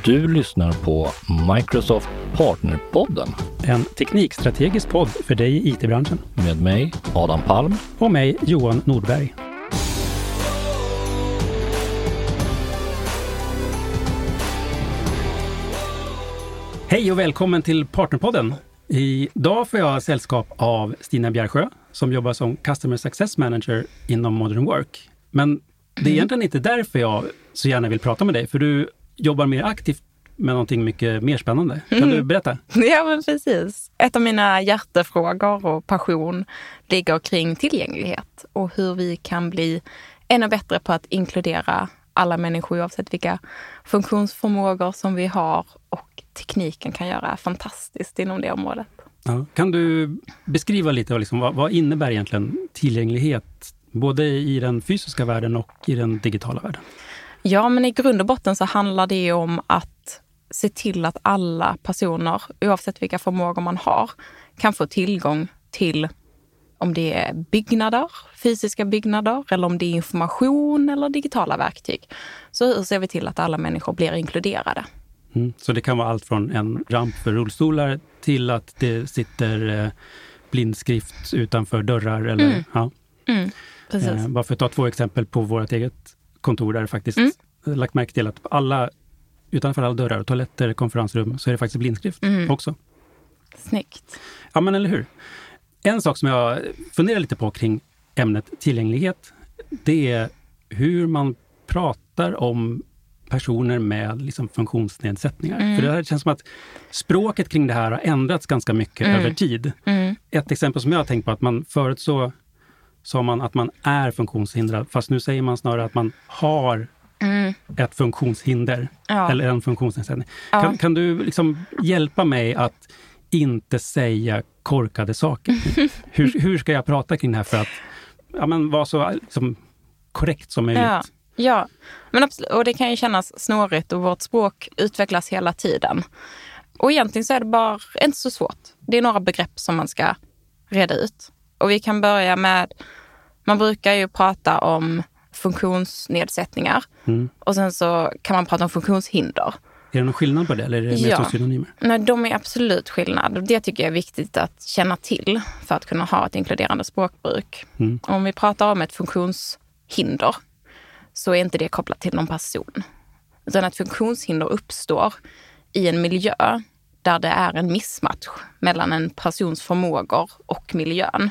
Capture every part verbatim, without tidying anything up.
Du lyssnar på Microsoft Partnerpodden. En teknikstrategisk podd för dig i I T-branschen. Med mig, Adam Palm. Och mig, Johan Nordberg. Hej och välkommen till Partnerpodden. Idag får jag sällskap av Stina Bjärsjö som jobbar som Customer Success Manager inom Modern Work. Men det är egentligen inte därför jag så gärna vill prata med dig, för du jobbar mer aktivt med någonting mycket mer spännande. Kan mm. du berätta? Ja, men precis. Ett av mina hjärtefrågor och passion ligger kring tillgänglighet och hur vi kan bli ännu bättre på att inkludera alla människor oavsett vilka funktionsförmågor som vi har, och tekniken kan göra fantastiskt inom det området. Ja. Kan du beskriva lite liksom, vad, vad innebär egentligen tillgänglighet både i den fysiska världen och i den digitala världen? Ja, men i grund och botten så handlar det om att se till att alla personer, oavsett vilka förmågor man har, kan få tillgång till, om det är byggnader, fysiska byggnader, eller om det är information eller digitala verktyg. Så hur ser vi till att alla människor blir inkluderade? Mm. Så det kan vara allt från en ramp för rullstolar till att det sitter eh, blindskrift utanför dörrar. Eller, mm. ja. Mm. Precis. Eh, bara för att ta två exempel på vårt eget kontor där det faktiskt mm. lagt märke till att alla, utanför alla dörrar, toaletter, konferensrum, så är det faktiskt blindskrift mm. också. Snyggt. Ja, men eller hur? En sak som jag funderar lite på kring ämnet tillgänglighet, det är hur man pratar om personer med liksom funktionsnedsättningar. Mm. För det här känns som att språket kring det här har ändrats ganska mycket mm. över tid. Mm. Ett exempel som jag har tänkt på, att man förut så sa man att man är funktionshindrad, fast nu säger man snarare att man har mm. ett funktionshinder ja. eller en funktionsnedsättning. Ja. Kan, kan du liksom hjälpa mig att inte säga korkade saker? hur, hur ska jag prata kring det här för att ja, men vara så liksom, korrekt som möjligt? Ja. Ja, men absolut. Och det kan ju kännas snårigt och vårt språk utvecklas hela tiden. Och egentligen så är det bara inte så svårt. Det är några begrepp som man ska reda ut. Och vi kan börja med, man brukar ju prata om funktionsnedsättningar. Mm. Och sen så kan man prata om funktionshinder. Är det någon skillnad på det eller är det mer ja. synonymer? Nej, de är absolut skillnad. Det tycker jag är viktigt att känna till för att kunna ha ett inkluderande språkbruk. Mm. Om vi pratar om ett funktionshinder så är inte det kopplat till någon person. Utan att funktionshinder uppstår i en miljö där det är en missmatch mellan en persons förmågor och miljön.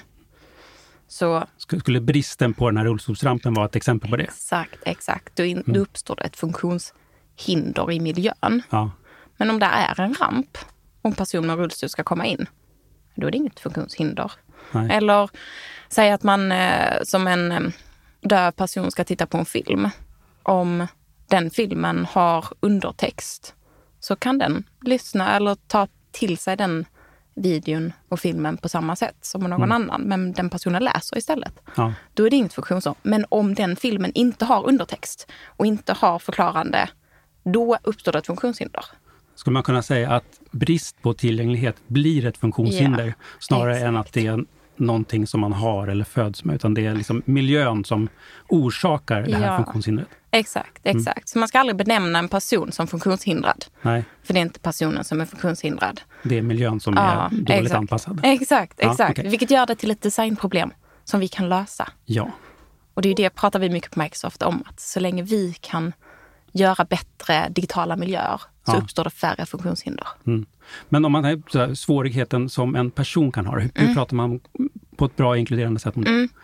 Så, skulle bristen på den här rullstolsrampen vara ett exempel på det? Exakt, exakt. Då, in, mm. då uppstår det ett funktionshinder i miljön. Ja. Men om det är en ramp och en person med rullstol ska komma in, då är det inget funktionshinder. Nej. Eller säg att man eh, som en döv person ska titta på en film. Om den filmen har undertext så kan den lyssna eller ta till sig den videon och filmen på samma sätt som någon mm. annan. Men den personen läser istället. Ja. Då är det inget funktionshinder. Men om den filmen inte har undertext och inte har förklarande, då uppstår det ett funktionshinder. Skulle man kunna säga att brist på tillgänglighet blir ett funktionshinder ja, snarare exakt. än att det är någonting som man har eller föds med, utan det är liksom miljön som orsakar det här ja, funktionshindret. Exakt, exakt. Mm. Så man ska aldrig benämna en person som funktionshindrad. Nej. För det är inte personen som är funktionshindrad. Det är miljön som ja, är dåligt exakt. anpassad. Exakt, exakt. Ja, okay. Vilket gör det till ett designproblem som vi kan lösa. Ja. Och det är det pratar vi mycket på Microsoft om, att så länge vi kan göra bättre digitala miljöer så ja. uppstår det färre funktionshinder. Mm. Men om man har så här, svårigheten som en person kan ha, hur, mm. hur pratar man på ett bra inkluderande sätt om det? Mm.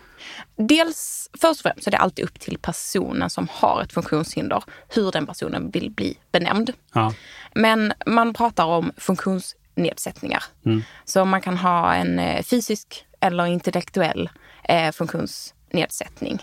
Dels, först och främst så är det alltid upp till personen som har ett funktionshinder hur den personen vill bli benämnd. Ja. Men man pratar om funktionsnedsättningar. Mm. Så man kan ha en eh, fysisk eller intellektuell eh, funktionsnedsättning.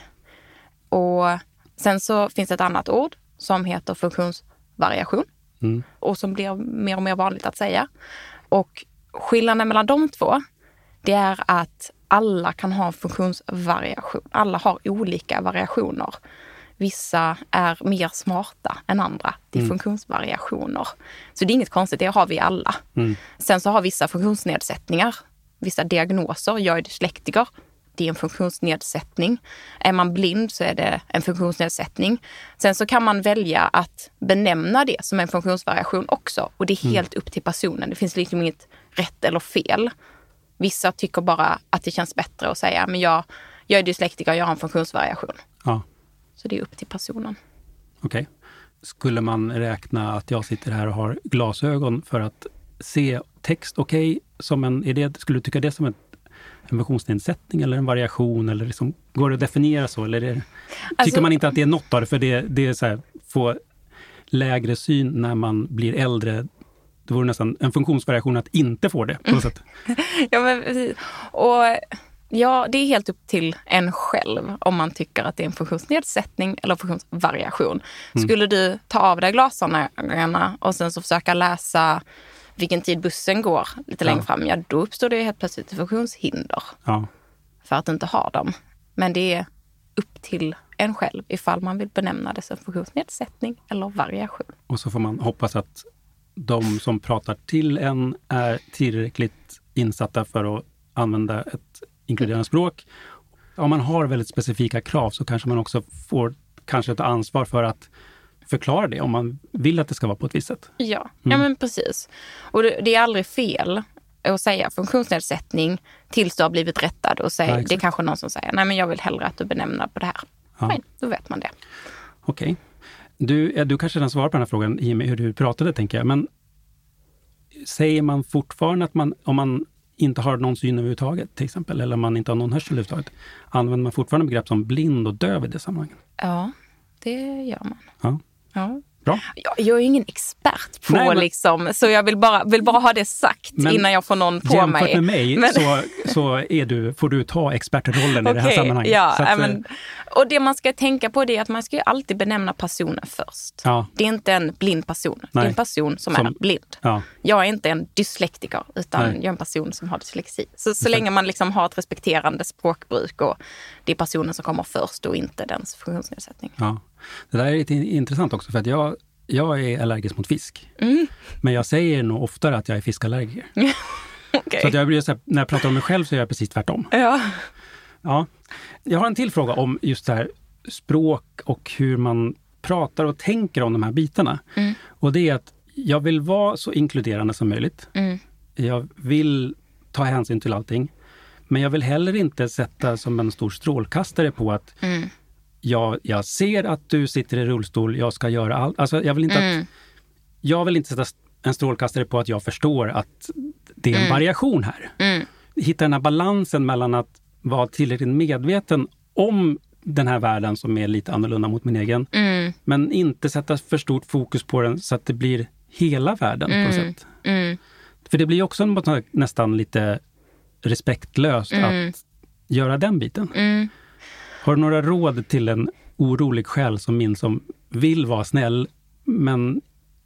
Och sen så finns det ett annat ord som heter funktionsvariation. Mm. Och som blir mer och mer vanligt att säga. Och skillnaden mellan de två, det är att alla kan ha funktionsvariation. Alla har olika variationer. Vissa är mer smarta än andra. Det är mm. funktionsvariationer. Så det är inget konstigt, det har vi alla. Mm. Sen så har vissa funktionsnedsättningar, vissa diagnoser. Jag är dyslektiker. det är en funktionsnedsättning. Är man blind så är det en funktionsnedsättning. Sen så kan man välja att benämna det som en funktionsvariation också. Och det är helt mm. upp till personen. Det finns liksom inget rätt eller fel. Vissa tycker bara att det känns bättre att säga men jag, jag är dyslektiker och jag har en funktionsvariation. Ja. Så det är upp till personen. Okej. Okay. Skulle man räkna att jag sitter här och har glasögon för att se text okej okay, som en, är det, skulle du tycka det som ett, en funktionsnedsättning eller en variation eller liksom, går det att definiera så eller är det, alltså, tycker man inte att det är något av det för det, det är så här, få lägre syn när man blir äldre, det vore nästan en funktionsvariation att inte få det på något sätt. Ja, men, och ja, det är helt upp till en själv om man tycker att det är en funktionsnedsättning eller funktionsvariation. Mm. Skulle du ta av dig glasögonen och sen så försöka läsa vilken tid bussen går lite ja. längre fram, ja då uppstår det helt plötsligt ett funktionshinder ja. för att inte ha dem. Men det är upp till en själv ifall man vill benämna det som funktionsnedsättning eller variation. Och så får man hoppas att de som pratar till en är tillräckligt insatta för att använda ett inkluderande språk. Om man har väldigt specifika krav så kanske man också får kanske ta ansvar för att förklara det om man vill att det ska vara på ett visst sätt. Ja, mm. ja men precis. Och det, det är aldrig fel att säga funktionsnedsättning tills du har blivit rättad och säga, ja, det är kanske någon som säger nej men jag vill hellre att du benämner på det här. Ja. Nej, då vet man det. Okej. Okay. Du, du kanske redan svarar på den här frågan i och med hur du pratade tänker jag, men säger man fortfarande att man, om man inte har någon syn överhuvudtaget till exempel, eller om man inte har någon hörsel överhuvudtaget, använder man fortfarande begrepp som blind och döv i det sammanhanget? Ja, det gör man. Ja. Ja. Bra. Jag, jag är ingen expert på Nej, men, liksom, så jag vill bara, vill bara ha det sagt innan jag får någon på jämfört mig. Jämfört med mig men, så, så är du, får du ta expertrollen okay, i det här sammanhanget. Ja, så att, men, och det man ska tänka på det är att man ska ju alltid benämna personen först. Ja. Det är inte en blind person, Nej. det är en person som, som är blind. Ja. Jag är inte en dyslektiker utan Nej. jag är en person som har dyslexi. Så, så länge man liksom har ett respekterande språkbruk och det är personen som kommer först och inte dens funktionsnedsättning. Ja. Det där är lite intressant också för att jag Jag är allergisk mot fisk. Mm. Men jag säger nog oftare att jag är fiskallergiker. Okay. Så att jag blir så här, när jag pratar om mig själv så är jag precis tvärtom. Ja. Ja. Jag har en till fråga om just det här språk och hur man pratar och tänker om de här bitarna. Mm. Och det är att jag vill vara så inkluderande som möjligt. Mm. Jag vill ta hänsyn till allting. Men jag vill heller inte sätta som en stor strålkastare på att mm. Jag, jag ser att du sitter i rullstol, jag ska göra allt. Alltså jag vill inte mm. att jag vill inte sätta en strålkastare på att jag förstår att det är en mm. variation här. Mm. Hitta den här balansen mellan att vara tillräckligt medveten om den här världen som är lite annorlunda mot min egen. Mm. Men inte sätta för stort fokus på den så att det blir hela världen mm. på något sätt. Mm. För det blir också nästan lite respektlöst mm. att göra den biten. Mm. Har du några råd till en orolig själ som min som vill vara snäll men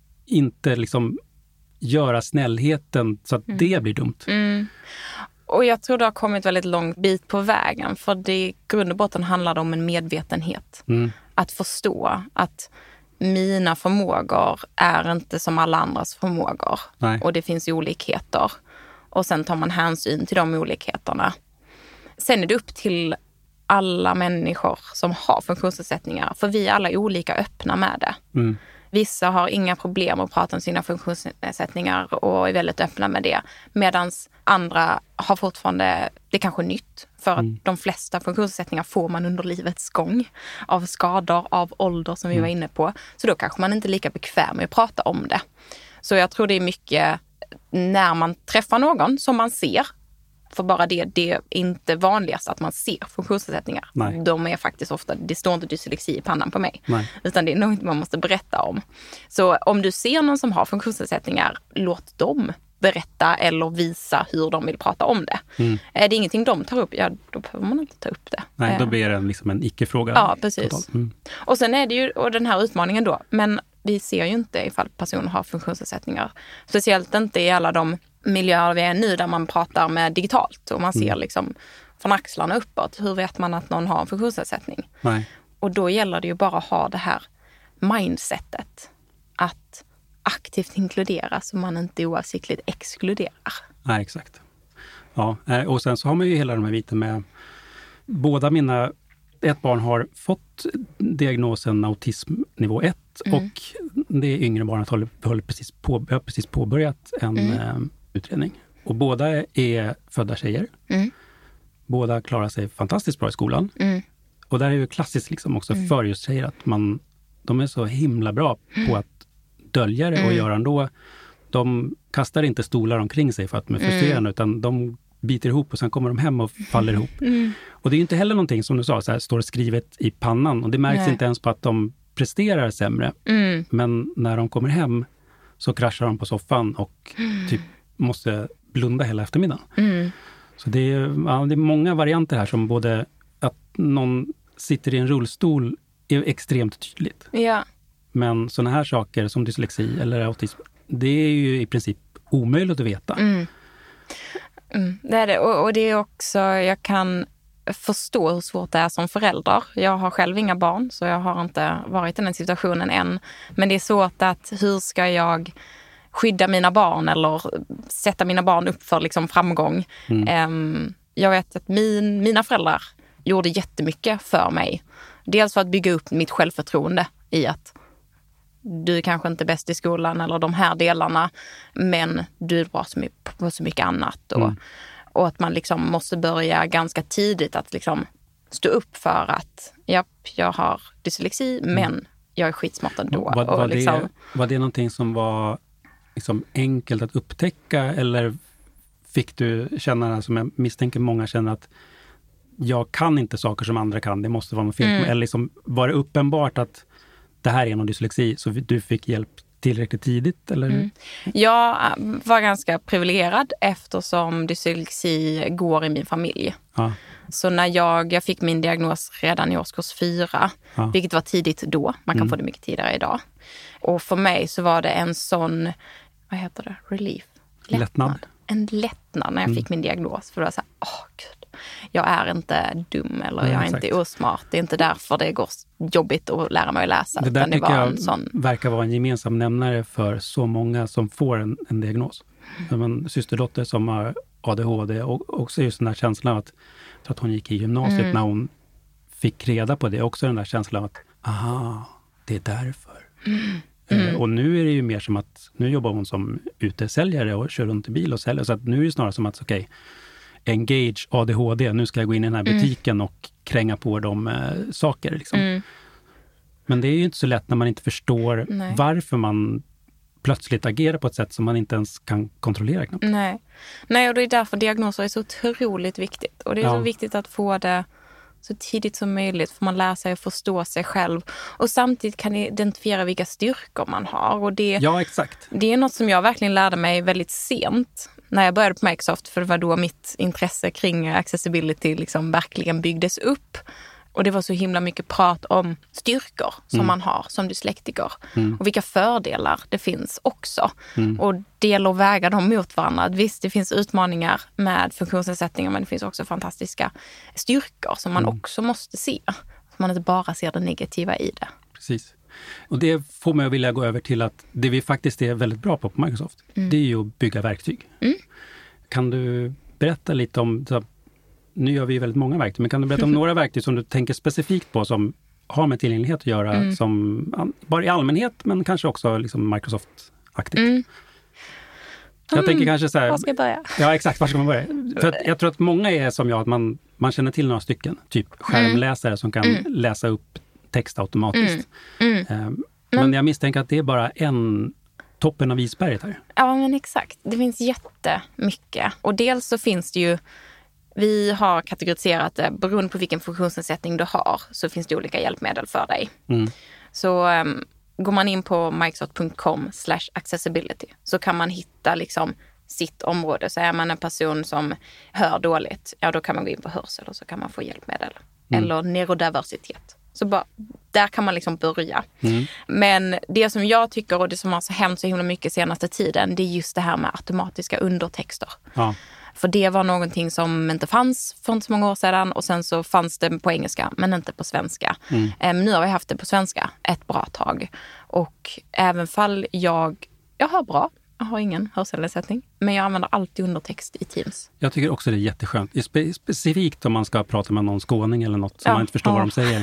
inte liksom göra snällheten så att mm. det blir dumt? Mm. Och jag tror det har kommit väldigt lång bit på vägen för det i grund och botten handlar om en medvetenhet. Mm. Att förstå att mina förmågor är inte som alla andras förmågor. Nej. Och det finns olikheter. Och sen tar man hänsyn till de olikheterna. Sen är det upp till alla människor som har funktionsnedsättningar. För vi är alla olika öppna med det. Mm. Vissa har inga problem att prata om sina funktionsnedsättningar och är väldigt öppna med det. Medan andra har fortfarande, det kanske är nytt. För att mm. de flesta funktionsnedsättningar får man under livets gång. Av skador, av ålder som vi mm. var inne på. Så då kanske man inte är lika bekväm med att prata om det. Så jag tror det är mycket när man träffar någon som man ser. För bara det, det är inte vanligast att man ser funktionsnedsättningar. Nej. De är faktiskt ofta, det står inte dyslexi i pannan på mig. Nej. Utan det är något man måste berätta om. Så om du ser någon som har funktionsnedsättningar, låt dem berätta eller visa hur de vill prata om det. Mm. Är det ingenting de tar upp, ja då behöver man inte ta upp det. Nej, då blir det liksom en icke-fråga. Ja, precis. Mm. Och sen är det ju och den här utmaningen då, men vi ser ju inte ifall personer har funktionsnedsättningar. Speciellt inte i alla de miljöer vi är nu där man pratar med digitalt och man ser mm. liksom från axlarna uppåt. Hur vet man att någon har en funktionsnedsättning? Nej. Och då gäller det ju bara att ha det här mindsetet att aktivt inkludera så man inte oavsiktligt exkluderar. Nej, exakt. Ja, och sen så har man ju hela de här biten med båda mina, ett barn har fått diagnosen autism nivå ett mm. och det yngre barnet håller, håller precis, på, har precis påbörjat en mm. eh, utredning. Och båda är födda tjejer. Mm. Båda klarar sig fantastiskt bra i skolan. Mm. Och där är ju klassiskt liksom också mm. för just tjejer att man, de är så himla bra på att dölja det och mm. göra ändå. De kastar inte stolar omkring sig för att de är frustrerande mm. utan de biter ihop och sen kommer de hem och faller ihop. Mm. Och det är ju inte heller någonting som du sa, så här, står skrivet i pannan. Och det märks Nej. inte ens på att de presterar sämre. Mm. Men när de kommer hem så kraschar de på soffan och mm. typ måste blunda hela eftermiddagen. Mm. Så det är, ja, det är många varianter här som både att någon sitter i en rullstol är extremt tydligt. Ja. Men sådana här saker som dyslexi eller autism, det är ju i princip omöjligt att veta. Mm. Mm, det är det. Och, och det är också, jag kan förstå hur svårt det är som förälder. Jag har själv inga barn så jag har inte varit i den situationen än. Men det är svårt att hur ska jag skydda mina barn eller sätta mina barn upp för liksom framgång. Mm. Um, jag vet att min, mina föräldrar gjorde jättemycket för mig. Dels för att bygga upp mitt självförtroende i att du är kanske inte bäst i skolan eller de här delarna, men du är bra på så mycket annat. Och, mm. och att man liksom måste börja ganska tidigt att liksom stå upp för att ja, jag har dyslexi, mm. men jag är skitsmart ändå. Var, var, och liksom, det, var det någonting som var liksom enkelt att upptäcka eller fick du känna, som jag misstänker många känner, att jag kan inte saker som andra kan, det måste vara något fel. Mm. Eller liksom, var det uppenbart att det här är någon dyslexi så du fick hjälp tillräckligt tidigt? Eller? Mm. Jag var ganska privilegierad eftersom dyslexi går i min familj. Ja. Så när jag, jag fick min diagnos redan i årskurs fyra, ja. vilket var tidigt då, man kan mm. få det mycket tidigare idag. Och för mig så var det en sån, vad heter det, relief? Lättnad. lättnad. En lättnad när jag mm. fick min diagnos. För det var så här, åh gud, jag är inte dum eller mm, jag är exakt. inte osmart. Det är inte därför det går jobbigt att lära mig att läsa. Det där det tycker jag en sån... verkar vara en gemensam nämnare för så många som får en, en diagnos. Mm. En systerdotter som har A D H D och också just den där känslan att, att hon gick i gymnasiet mm. när hon fick reda på det. Också den där känslan att, aha, det är därför. Mm. Mm. Och nu är det ju mer som att, nu jobbar hon som utesäljare och kör runt i bil och säljer. Så att nu är det snarare som att, okej, okay, engage A D H D, nu ska jag gå in i den här butiken mm. och kränga på de äh, saker. Liksom. Mm. Men det är ju inte så lätt när man inte förstår Nej. varför man plötsligt agerar på ett sätt som man inte ens kan kontrollera knappt. Nej, Nej och det är därför diagnoser är så otroligt viktigt. Och det är ja. så viktigt att få det så tidigt som möjligt, för man lär sig att förstå sig själv. Och samtidigt kan identifiera vilka styrkor man har. Och det, ja, exakt. Det är något som jag verkligen lärde mig väldigt sent när jag började på Microsoft, för det var då mitt intresse kring accessibility liksom verkligen byggdes upp. Och det var så himla mycket prat om styrkor som mm. man har som dyslektiker. Mm. Och vilka fördelar det finns också. Mm. Och det gäller att väga dem mot varandra. Visst, det finns utmaningar med funktionsnedsättningar, men det finns också fantastiska styrkor som man mm. också måste se. Så man inte bara ser det negativa i det. Precis. Och det får mig att vilja gå över till att det vi faktiskt är väldigt bra på på Microsoft, mm. det är ju att bygga verktyg. Mm. Kan du berätta lite om... Så, nu gör vi ju väldigt många verktyg, men kan du berätta om några verktyg som du tänker specifikt på som har med tillgänglighet att göra, mm. som bara i allmänhet, men kanske också liksom Microsoft-aktigt? Mm. Jag mm. tänker kanske så här... Var ska jag börja? Ja, exakt. Var ska man börja? För att jag tror att många är som jag, att man, man känner till några stycken. Typ skärmläsare mm. som kan mm. läsa upp text automatiskt. Mm. Mm. Um, men mm. jag misstänker att det är bara en... toppen av isberget här. Ja, men exakt. Det finns jättemycket. Och dels så finns det ju, vi har kategoriserat det, beroende på vilken funktionsnedsättning du har, så finns det olika hjälpmedel för dig. Mm. Så um, går man in på microsoft punkt com slash accessibility så kan man hitta liksom sitt område. Så är man en person som hör dåligt, ja då kan man gå in på hörsel och så kan man få hjälpmedel. Mm. Eller neurodiversitet. Så bara, där kan man liksom börja. Mm. Men det som jag tycker och det som har hänt så himla mycket senaste tiden, det är just det här med automatiska undertexter. Ja. För det var någonting som inte fanns för inte så många år sedan, och sen så fanns det på engelska men inte på svenska. Mm. Um, nu har vi haft det på svenska ett bra tag. Och även fall jag, jag hör bra, jag har ingen hörselnedsättning. Men jag använder alltid undertext i Teams. Jag tycker också det är jätteskönt. Spe- specifikt om man ska prata med någon skåning eller något som ja, man inte förstår ja. vad de säger.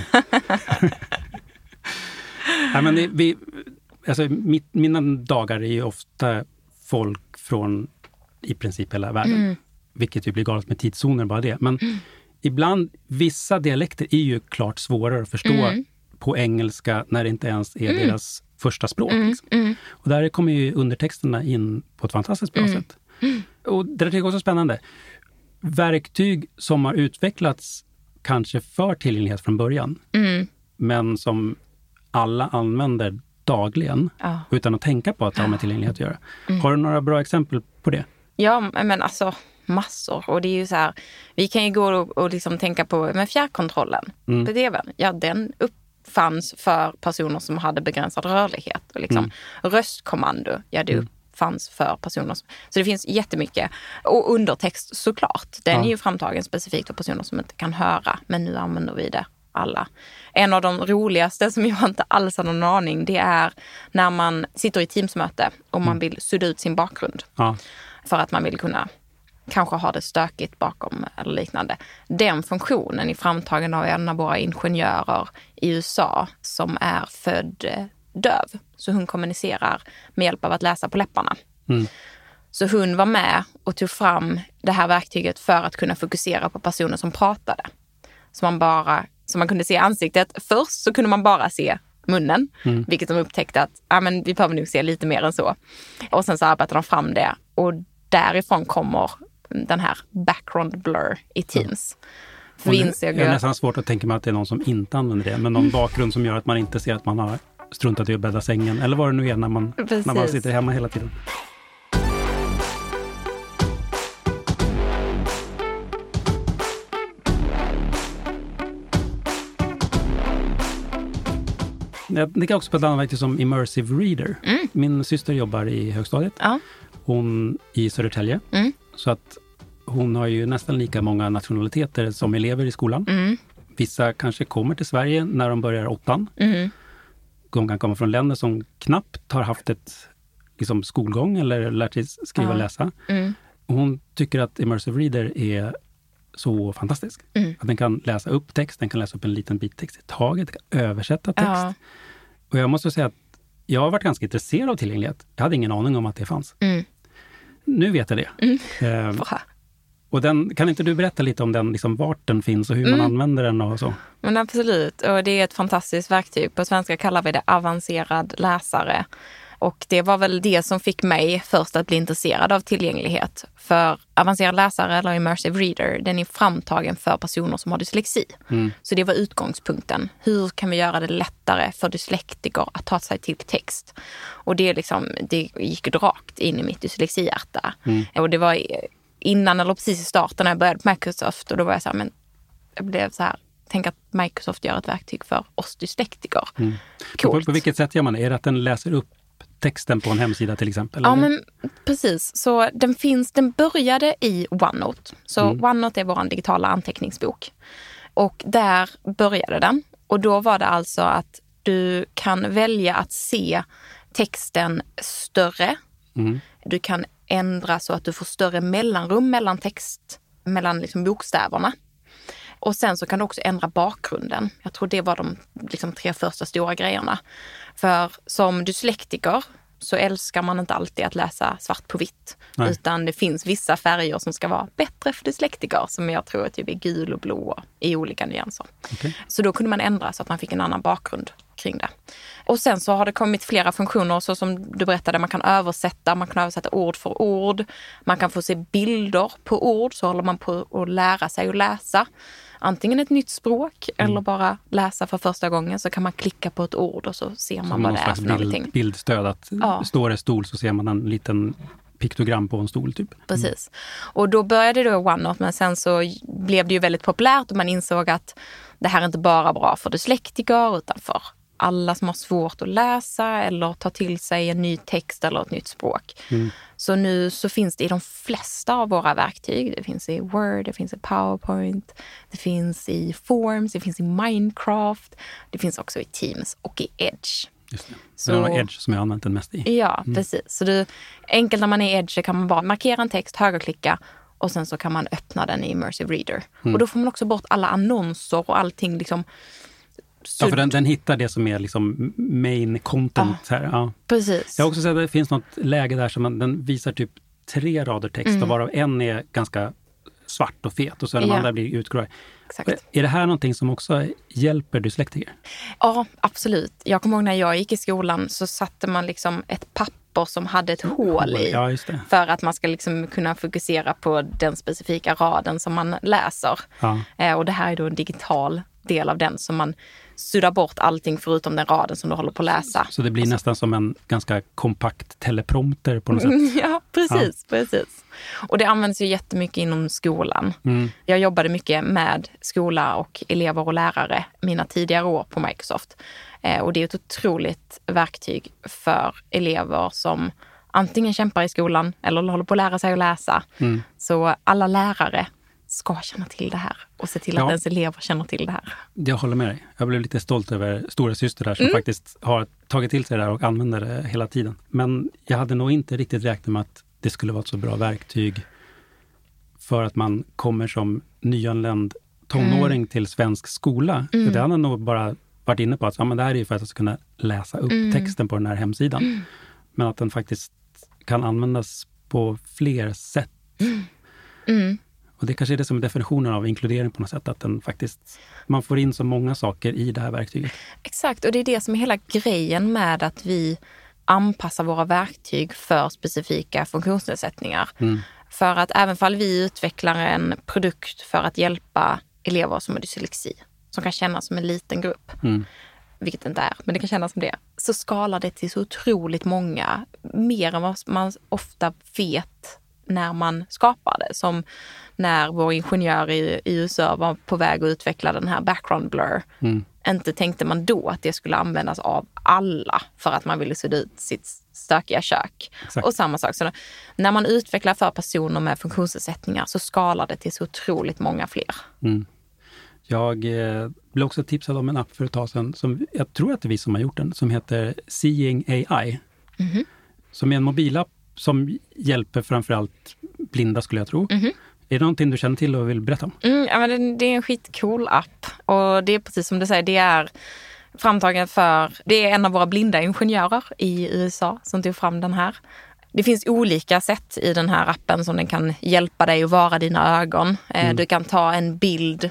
Nej, men det, vi, alltså, mitt, mina dagar är ju ofta folk från i princip hela världen. Mm. Vilket ju blir galet med tidszoner bara det. Men mm. ibland, vissa dialekter är ju klart svårare att förstå mm. på engelska när det inte ens är mm. deras första språk. Mm. Liksom. Mm. Och där kommer ju undertexterna in på ett fantastiskt bra mm. sätt. Mm. Och det tycker jag också är spännande. Verktyg som har utvecklats kanske för tillgänglighet från början. Mm. Men som alla använder dagligen ja. utan att tänka på att det har med tillgänglighet att göra. Mm. Har du några bra exempel på det? Ja, men alltså massor. Och det är ju så här, vi kan ju gå och, och liksom tänka på med fjärrkontrollen mm. på tvn. Ja, den uppfanns för personer som hade begränsad rörlighet. Och liksom mm. röstkommando, ja det mm. uppfanns för personer som... Så det finns jättemycket. Och undertext såklart. Den ja. är ju framtagen specifikt för personer som inte kan höra. Men nu använder vi det alla. En av de roligaste som jag inte alls har någon aning, det är när man sitter i Teamsmöte och man vill sudda ut sin bakgrund. Ja. För att man vill kunna kanske ha det stökigt bakom eller liknande. Den funktionen är framtagen av en av våra ingenjörer i U S A som är född döv. Så hon kommunicerar med hjälp av att läsa på läpparna. Mm. Så hon var med och tog fram det här verktyget för att kunna fokusera på personer som pratade. Så man bara, så man kunde se ansiktet. Först så kunde man bara se munnen, mm. vilket de upptäckte att ah, men vi behöver nog se lite mer än så. Och sen så arbetade de fram det. Och därifrån kommer den här background blur i Teams. Mm. För vi insåg det är nästan svårt att tänka mig att det är någon som inte använder det. Men någon bakgrund som gör att man inte ser att man har struntat i att bädda sängen. Eller vad det nu är när man, när man sitter hemma hela tiden. Jag tänker också på ett annat verktyg som Immersive Reader. Mm. Min syster jobbar i högstadiet. Ja. Hon i Södertälje. Mm. Så att hon har ju nästan lika många nationaliteter som elever i skolan. Mm. Vissa kanske kommer till Sverige när de börjar åttan. Mm. De kan komma från länder som knappt har haft ett liksom, skolgång eller lärt sig skriva och ja. läsa. Mm. Hon tycker att Immersive Reader är så fantastisk. Mm. Att den kan läsa upp text, den kan läsa upp en liten bit text i taget, den kan översätta text. Ja. Och jag måste säga att jag har varit ganska intresserad av tillgänglighet. Jag hade ingen aning om att det fanns. Mm. Nu vet jag det. Mm. Ehm, och den, kan inte du berätta lite om den, liksom vart den finns och hur mm. man använder den och så? Men absolut, och det är ett fantastiskt verktyg. På svenska kallar vi det avancerad läsare. Och det var väl det som fick mig först att bli intresserad av tillgänglighet. För avancerad läsare eller immersive reader, den är framtagen för personer som har dyslexi. Mm. Så det var utgångspunkten. Hur kan vi göra det lättare för dyslektiker att ta sig till text? Och det, liksom, det gick rakt in i mitt dyslexihjärta. Mm. Och det var innan eller precis i starten när jag började på Microsoft. Och då var jag så här, men jag blev så här, tänk att Microsoft gör ett verktyg för oss dyslektiker. Mm. På, på vilket sätt gör man det? Är det att den läser upp texten på en hemsida till exempel? Ja, eller? men precis. Så den finns, den började i OneNote. Så mm. OneNote är vår digitala anteckningsbok. Och där började den. Och då var det alltså att du kan välja att se texten större. Mm. Du kan ändra så att du får större mellanrum mellan text, mellan liksom bokstäverna. Och sen så kan du också ändra bakgrunden. Jag tror det var de liksom, tre första stora grejerna. För som dyslektiker så älskar man inte alltid att läsa svart på vitt. Nej. Utan det finns vissa färger som ska vara bättre för dyslektiker. Som jag tror typ är gul och blå i olika nyanser. Okay. Så då kunde man ändra så att man fick en annan bakgrund kring det. Och sen så har det kommit flera funktioner, så som du berättade, man kan översätta, man kan översätta ord för ord. Man kan få se bilder på ord, så håller man på att lära sig att läsa. Antingen ett nytt språk mm. eller bara läsa för första gången, så kan man klicka på ett ord och så ser man som vad det är för bild, någonting. Bildstöd, att ja. står det stol så ser man en liten piktogram på en stol typ. Mm. Precis. Och då började det OneNote, men sen så blev det ju väldigt populärt och man insåg att det här är inte bara bra för dyslektiker utan för alla som har svårt att läsa eller ta till sig en ny text eller ett nytt språk. Mm. Så nu så finns det i de flesta av våra verktyg. Det finns i Word, det finns i PowerPoint, det finns i Forms, det finns i Minecraft, det finns också i Teams och i Edge. Just det. Så, det var Edge som jag använt den mest i. Ja, mm. precis. Så det, enkelt när man är i Edge kan man bara markera en text, högerklicka och sen så kan man öppna den i Immersive Reader. Mm. Och då får man också bort alla annonser och allting liksom. Ja, för den, den hittar det som är liksom main content. Ja, här. Ja. Precis. Jag har också sett att det finns något läge där som man, den visar typ tre rader text mm. och varav en är ganska svart och fet och så de ja. andra blir utgrå. Exakt. Är det här någonting som också hjälper dyslektiker? Ja, absolut. Jag kommer ihåg när jag gick i skolan så satte man liksom ett papper som hade ett hål i. Ja, just det. För att man ska liksom kunna fokusera på den specifika raden som man läser. Ja. Eh, och det här är då en digital del av den som man suddar bort allting förutom den raden som du håller på att läsa. Så det blir nästan som en ganska kompakt teleprompter på något sätt? Ja, precis, ja. precis. Och det används ju jättemycket inom skolan. Mm. Jag jobbade mycket med skola och elever och lärare mina tidigare år på Microsoft. Eh, och det är ett otroligt verktyg för elever som antingen kämpar i skolan eller håller på att lära sig att läsa. Mm. Så alla lärare ska känna till det här och se till ja. att ens elever känner till det här. Jag håller med dig. Jag blev lite stolt över stora syster där som mm. faktiskt har tagit till sig det här och använder det hela tiden. Men jag hade nog inte riktigt räknat med att det skulle vara ett så bra verktyg för att man kommer som nyanländ tonåring mm. till svensk skola. Mm. Det hade nog bara varit inne på att ja, men det här är ju för att jag ska kunna läsa upp mm. texten på den här hemsidan. Mm. Men att den faktiskt kan användas på fler sätt. Mm. Mm. Och det kanske är det som är definitionen av inkludering på något sätt, att den faktiskt, man får in så många saker i det här verktyget. Exakt, och det är det som är hela grejen med att vi anpassar våra verktyg för specifika funktionsnedsättningar. Mm. För att även fall vi utvecklar en produkt för att hjälpa elever som har dyslexi, som kan kännas som en liten grupp, mm. vilket det inte är, men det kan kännas som det, så skalar det till så otroligt många, mer än vad man ofta vet när man skapar det. Som när vår ingenjör i, i U S A var på väg att utveckla den här background blur. Mm. Inte tänkte man då att det skulle användas av alla för att man ville sudda ut sitt stökiga kök. Exakt. Och samma sak. Så när man utvecklar för personer med funktionsnedsättningar så skalar det till så otroligt många fler. Mm. Jag eh, blev också tipsad om en app för ett tag sedan, som jag tror att det är vi som har gjort den, som heter Seeing A I. Mm-hmm. Som är en mobilapp som hjälper framförallt blinda, skulle jag tro. Mm-hmm. Är det någonting du känner till och vill berätta om? Mm, ja, men det är en skitcool app. Och det är precis som du säger, det är framtagen för, det är en av våra blinda ingenjörer i U S A som tog fram den här. Det finns olika sätt i den här appen som den kan hjälpa dig att vara dina ögon. Mm. Du kan ta en bild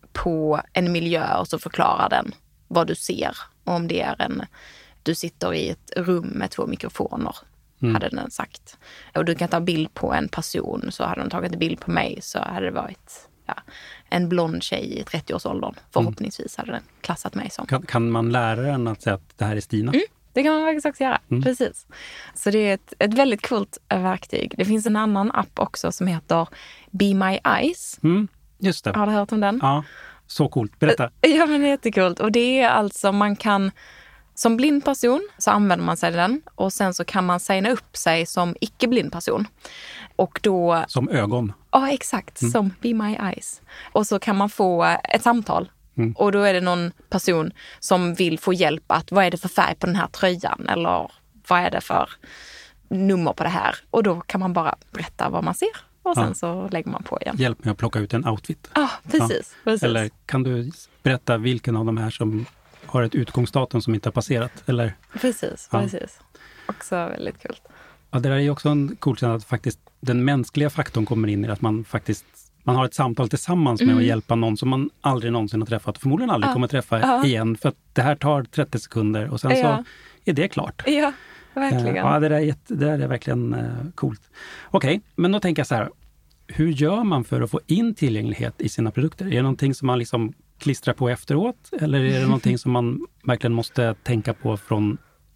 på en miljö och så förklarar den vad du ser. Och om det är en, du sitter i ett rum med två mikrofoner. Mm. Hade den sagt. Och du kan ta bild på en person, så hade de tagit en bild på mig så hade det varit ja, en blond tjej i trettioårsåldern. Förhoppningsvis hade den klassat mig som. Kan, kan man lära den att säga att det här är Stina? Mm, det kan man faktiskt också göra, mm. precis. Så det är ett, ett väldigt coolt verktyg. Det finns en annan app också som heter Be My Eyes. Mm, just det. Har du hört om den? Ja, så coolt. Berätta. Ja, men det är jättekult. Och det är alltså, man kan som blind person så använder man sig av den och sen så kan man signa upp sig som icke-blind person. Och då... Som ögon? Ja, exakt. Mm. Som Be My Eyes. Och så kan man få ett samtal. Mm. Och då är det någon person som vill få hjälp att vad är det för färg på den här tröjan? Eller vad är det för nummer på det här? Och då kan man bara berätta vad man ser. Och sen ja. så lägger man på igen. Hjälp mig att plocka ut en outfit. Ja, precis, ja. precis. Eller kan du berätta vilken av de här som har ett utgångsdatum som inte har passerat? Eller? Precis, ja. precis. Också väldigt kul. Ja, det där är ju också en cool känsla att faktiskt den mänskliga faktorn kommer in i att man faktiskt man har ett samtal tillsammans med mm. att hjälpa någon som man aldrig någonsin har träffat och förmodligen aldrig ja. kommer träffa ja. igen, för att det här tar trettio sekunder och sen ja. så är det klart. Ja, verkligen. Ja, det där är, jätte, det där är verkligen uh, coolt. Okej, okay, men då tänker jag så här, hur gör man för att få in tillgänglighet i sina produkter? Är det någonting som man liksom klistrar på efteråt, eller är det någonting som man verkligen måste tänka på från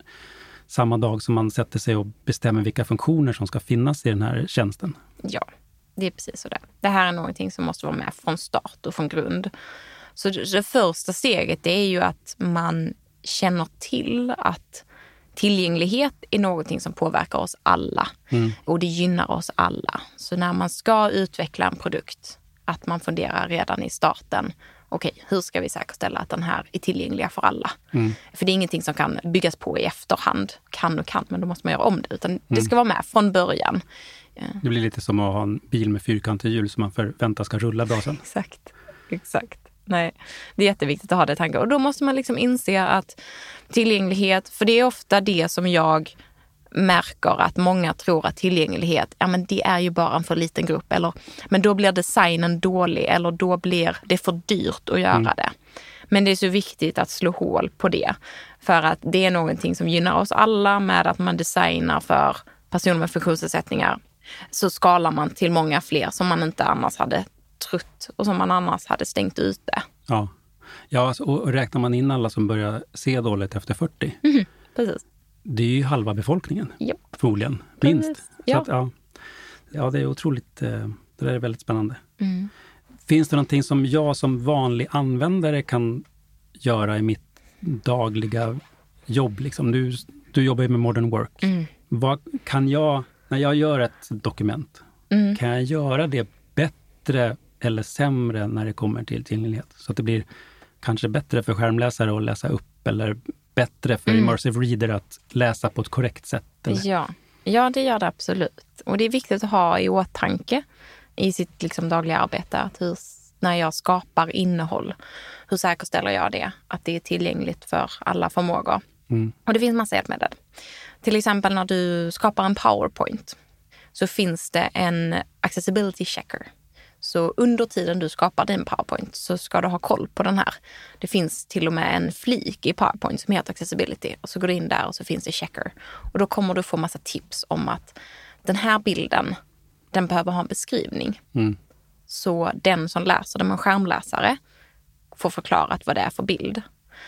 samma dag som man sätter sig och bestämmer vilka funktioner som ska finnas i den här tjänsten? Ja, det är precis så där. Det här är någonting som måste vara med från start och från grund. Så det, det första steget det är ju att man känner till att tillgänglighet är någonting som påverkar oss alla. Mm. Och det gynnar oss alla. Så när man ska utveckla en produkt, att man funderar redan i starten okej, okay, hur ska vi säkerställa att den här är tillgängliga för alla? Mm. För det är ingenting som kan byggas på i efterhand. Kan och kan, men då måste man göra om det. Utan mm. det ska vara med från början. Det blir lite som att ha en bil med fyrkantiga hjul som man förväntar ska rulla bra sen. Exakt, exakt. Nej, det är jätteviktigt att ha det tankar. Och då måste man liksom inse att tillgänglighet, för det är ofta det som jag märker att många tror att tillgänglighet, ja men det är ju bara en för liten grupp. Eller, men då blir designen dålig eller då blir det för dyrt att göra mm. det. Men det är så viktigt att slå hål på det. För att det är någonting som gynnar oss alla med att man designar för personer med funktionsnedsättningar. Så skalar man till många fler som man inte annars hade trott och som man annars hade stängt ute. Ja, ja alltså, och räknar man in alla som börjar se dåligt efter fyrtio. Mm, precis. Det är ju halva befolkningen, yep. förmodligen, minst. Precis. Så Ja. Att, ja, ja, det är otroligt, det där är väldigt spännande. Mm. Finns det någonting som jag som vanlig användare kan göra i mitt dagliga jobb? Liksom? Du, du jobbar ju med modern work. Mm. Vad kan jag, när jag gör ett dokument, Mm. kan jag göra det bättre eller sämre när det kommer till tillgänglighet? Så att det blir kanske bättre för skärmläsare att läsa upp eller bättre för mm. immersive reader att läsa på ett korrekt sätt? Eller? Ja. ja, det gör det absolut. Och det är viktigt att ha i åtanke i sitt liksom, dagliga arbete. Att hur, när jag skapar innehåll, hur säkerställer jag det? Att det är tillgängligt för alla förmågor. Mm. Och det finns massa hjälpmedel. Till exempel när du skapar en PowerPoint så finns det en accessibility checker. Så under tiden du skapar din PowerPoint så ska du ha koll på den här. Det finns till och med en flik i PowerPoint som heter accessibility. Och så går du in där och så finns det checker. Och då kommer du få massa tips om att den här bilden, den behöver ha en beskrivning. Mm. Så den som läser den med en skärmläsare får förklarat vad det är för bild.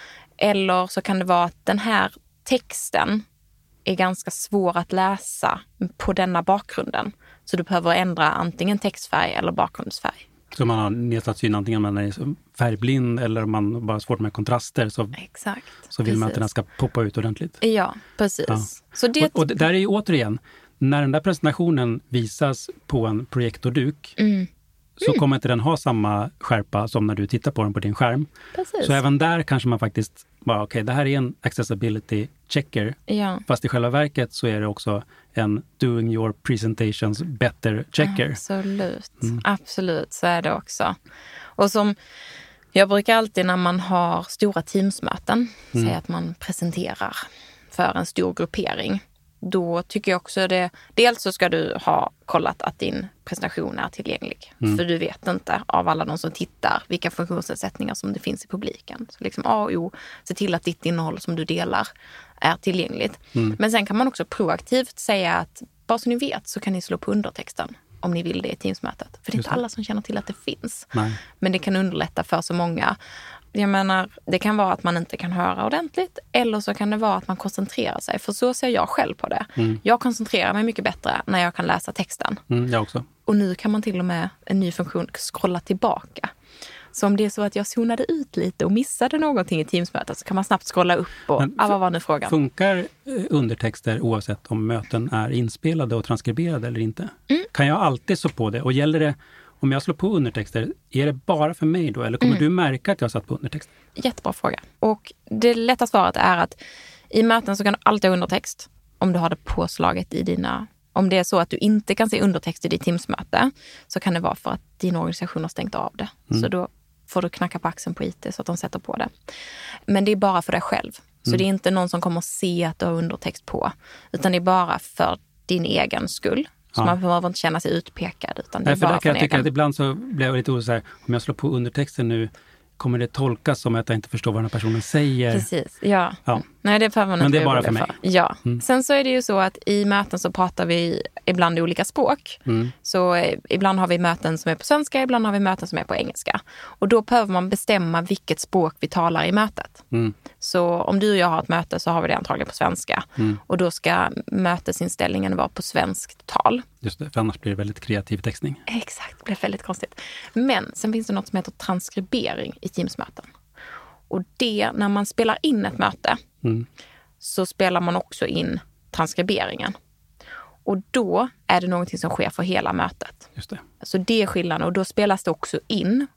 Eller så kan det vara att den här texten är ganska svår att läsa på denna bakgrunden. Så du behöver ändra antingen textfärg eller bakgrundsfärg. Så man har nedsatt syn antingen om man är färgblind eller om man bara har svårt med kontraster så, Exakt, så vill precis. man att den ska poppa ut ordentligt. Ja, precis. Ja. Så det... och, och där är ju återigen, när den där presentationen visas på en projektorduk Mm. så Mm. kommer inte den ha samma skärpa som när du tittar på den på din skärm. Precis. Så även där kanske man faktiskt bara, okej, okay, det här är en accessibility checker. Ja. Fast i själva verket så är det också en doing your presentations better checker. Absolut, Mm. absolut så är det också. Och som jag brukar alltid när man har stora teamsmöten Mm. säga att man presenterar för en stor gruppering. Då tycker jag också det, dels så ska du ha kollat att din presentation är tillgänglig. Mm. För du vet inte av alla de som tittar vilka funktionsnedsättningar som det finns i publiken. Så liksom A och O, se till att ditt innehåll som du delar är tillgängligt. Mm. Men sen kan man också proaktivt säga att bara så ni vet så kan ni slå på undertexten om ni vill det i Teamsmötet. För det är inte alla som känner till att det finns. Nej. Men det kan underlätta för så många. Jag menar, det kan vara att man inte kan höra ordentligt eller så kan det vara att man koncentrerar sig. För så ser jag själv på det. Mm. Jag koncentrerar mig mycket bättre när jag kan läsa texten. Mm, jag också. Och nu kan man till och med, en ny funktion, scrolla tillbaka. Så om det är så att jag zonade ut lite och missade någonting i Teamsmötet så kan man snabbt scrolla upp och, Men, ah, vad var nu frågan? Funkar undertexter oavsett om möten är inspelade och transkriberade eller inte? Mm. Kan jag alltid slå på det? Och gäller det, om jag slår på undertexter, är det bara för mig då? Eller kommer Mm. du märka att jag satt på undertext? Jättebra fråga. Och det lätta svaret är att i möten så kan du alltid ha undertext om du har det påslaget i dina... Om det är så att du inte kan se undertext i ditt Teamsmöte så kan det vara för att din organisation har stängt av det. Mm. Så då får du knacka på axeln på I T så att de sätter på det. Men det är bara för dig själv. Så Mm. det är inte någon som kommer att se att du har undertext på. Utan det är bara för din egen skull. Så Ja. man behöver inte känna sig utpekad. Utan det är Nej, för bara där för kan jag din tycka egen. att ibland så blir jag lite orolig så här, om jag slår på undertexten nu, kommer det tolkas som att jag inte förstår vad den här personen säger? Precis, ja. Ja. Nej, det behöver man Men inte det är bara orolig för mig. Ja. Mm. Sen så är det ju så att i möten så pratar vi ibland i olika språk. Mm. Så eh, ibland har vi möten som är på svenska, ibland har vi möten som är på engelska. Och då behöver man bestämma vilket språk vi talar i mötet. Mm. Så om du och jag har ett möte så har vi det antagligen på svenska. Mm. Och då ska mötesinställningen vara på svenskt tal. Just det, för annars blir det väldigt kreativ textning. Exakt, det blir väldigt konstigt. Men sen finns det något som heter transkribering i Teamsmöten. Och det, när man spelar in ett möte Mm. så spelar man också in transkriberingen. Och då är det någonting som sker för hela mötet. Just det. Så det är skillnaden och då spelas det också in.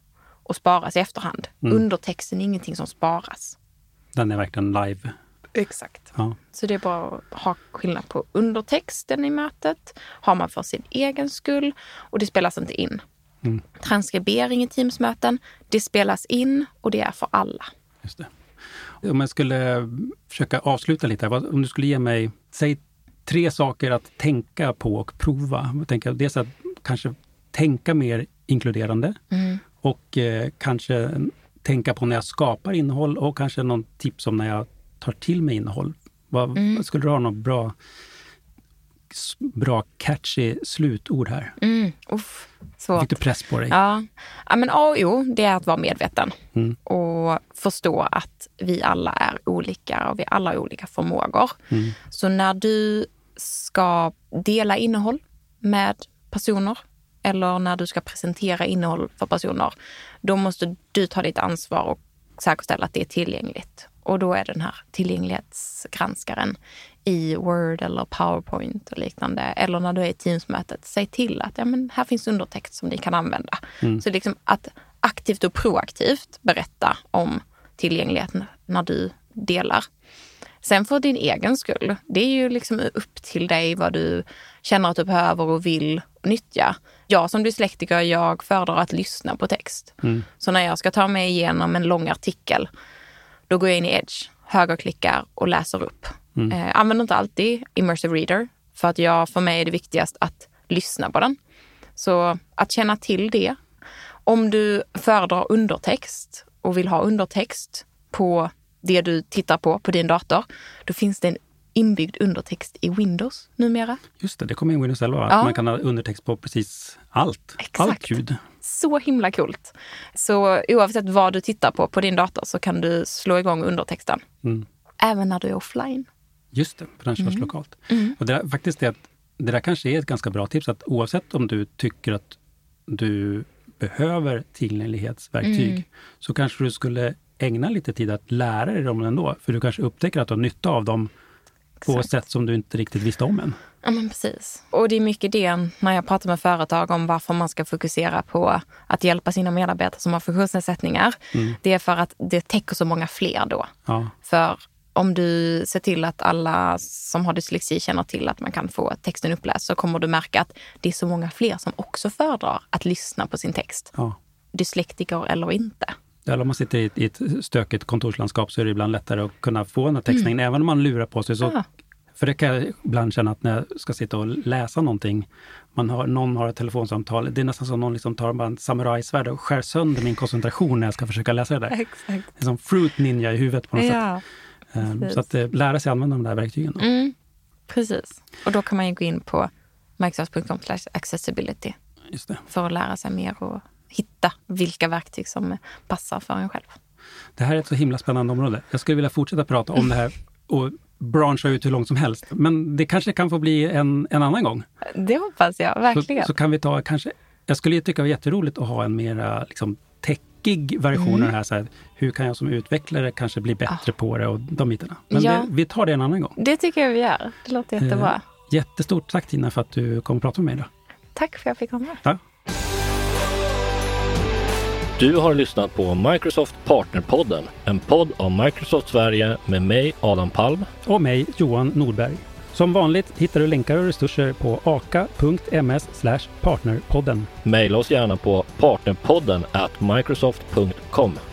och sparas i efterhand. Mm. Undertexten är ingenting som sparas. Den är verkligen live. Exakt. Ja. Så det är bara att ha skillnad på undertexten i mötet. Har man för sin egen skull och det spelas inte in. Mm. Transkribering i Teamsmöten, det spelas in och det är för alla. Just det. Om jag skulle försöka avsluta lite, om du skulle ge mig, säg tre saker att tänka på och prova. Jag tänker dels att kanske tänka mer inkluderande Mm. och eh, kanske tänka på när jag skapar innehåll och kanske någon tips om när jag tar till mig innehåll. Vad, Mm. Skulle du ha något bra, bra catchy slutord här? Mm. Uff, svårt. Fick du press på dig? Ja, ja men A och O, det är att vara medveten Mm. och förstå att vi alla är olika och vi alla har olika förmågor. Mm. Så när du ska dela innehåll med personer eller när du ska presentera innehåll för personer, då måste du ta ditt ansvar och säkerställa att det är tillgängligt. Och då är den här tillgänglighetsgranskaren i Word eller PowerPoint och liknande. Eller när du är i Teamsmötet, säg till att ja, men här finns undertext som ni kan använda. Mm. Så liksom att aktivt och proaktivt berätta om tillgängligheten när du delar. Sen för din egen skull, det är ju liksom upp till dig vad du känner att du behöver och vill nyttja. Jag som dyslektiker, jag föredrar att lyssna på text. Mm. Så när jag ska ta mig igenom en lång artikel, då går jag in i Edge, högerklickar och läser upp. Mm. Eh, använder inte alltid Immersive Reader, för att jag, för mig är det viktigast att lyssna på den. Så att känna till det. Om du föredrar undertext och vill ha undertext på det du tittar på på din dator, då finns det en inbyggd undertext i Windows numera. Just det, det kommer in Windows elva. Ja. Att man kan ha undertext på precis allt. Exakt. Allt ljud. Så himla coolt. Så oavsett vad du tittar på på din dator så kan du slå igång undertexten. Mm. Även när du är offline. Just det, för den körs Mm. lokalt. Mm. Och det där, faktiskt det, att, det där kanske är ett ganska bra tips, att oavsett om du tycker att du behöver tillgänglighetsverktyg, Mm. så kanske du skulle ägna lite tid att lära dig dem ändå. För du kanske upptäcker att du har nytta av dem på Exakt. sätt som du inte riktigt visste om än. Ja, men precis. Och det är mycket det när jag pratar med företag om varför man ska fokusera på att hjälpa sina medarbetare som har funktionsnedsättningar. Mm. Det är för att det täcker så många fler då. Ja, För om du ser till att alla som har dyslexi känner till att man kan få texten uppläst, så kommer du märka att det är så många fler som också föredrar att lyssna på sin text. ja. Dyslektiker eller inte. Eller om man sitter i ett, i ett stökigt kontorslandskap så är det ibland lättare att kunna få den här textningen. Mm. Även om man lurar på sig. Så, Ja. För det kan jag ibland känna att när jag ska sitta och läsa någonting, man har, någon har ett telefonsamtal, det är nästan som någon liksom tar bara en samurajsvärd och skär sönder min koncentration när jag ska försöka läsa det där. Exakt. Det är som fruit ninja i huvudet på något sätt. Ja, Um, precis. så att uh, lära sig använda de där verktygen. Då. mm, precis. Och då kan man ju gå in på microsoft punkt com slash accessibility Just det. för att lära sig mer och hitta vilka verktyg som passar för en själv. Det här är ett så himla spännande område. Jag skulle vilja fortsätta prata om det här och brancha ut hur långt som helst. Men det kanske kan få bli en, en annan gång. Det hoppas jag, verkligen. Så, så kan vi ta kanske, jag skulle ju tycka det var jätteroligt att ha en mera liksom, techig version Mm. av det här. Så här. Hur kan jag som utvecklare kanske bli bättre Ah. på det och de bitarna. Men Ja. det, vi tar det en annan gång. Det tycker jag vi gör. Det låter jättebra. Eh, jättestort tack Tina för att du kom och pratade med mig idag. Tack för att jag fick komma. Ja. Du har lyssnat på Microsoft Partnerpodden, en podd av Microsoft Sverige med mig Adam Palm. Och mig Johan Nordberg. Som vanligt hittar du länkar och resurser på aka.ms slash partnerpodden. Maila oss gärna på partnerpodden at microsoft punkt com.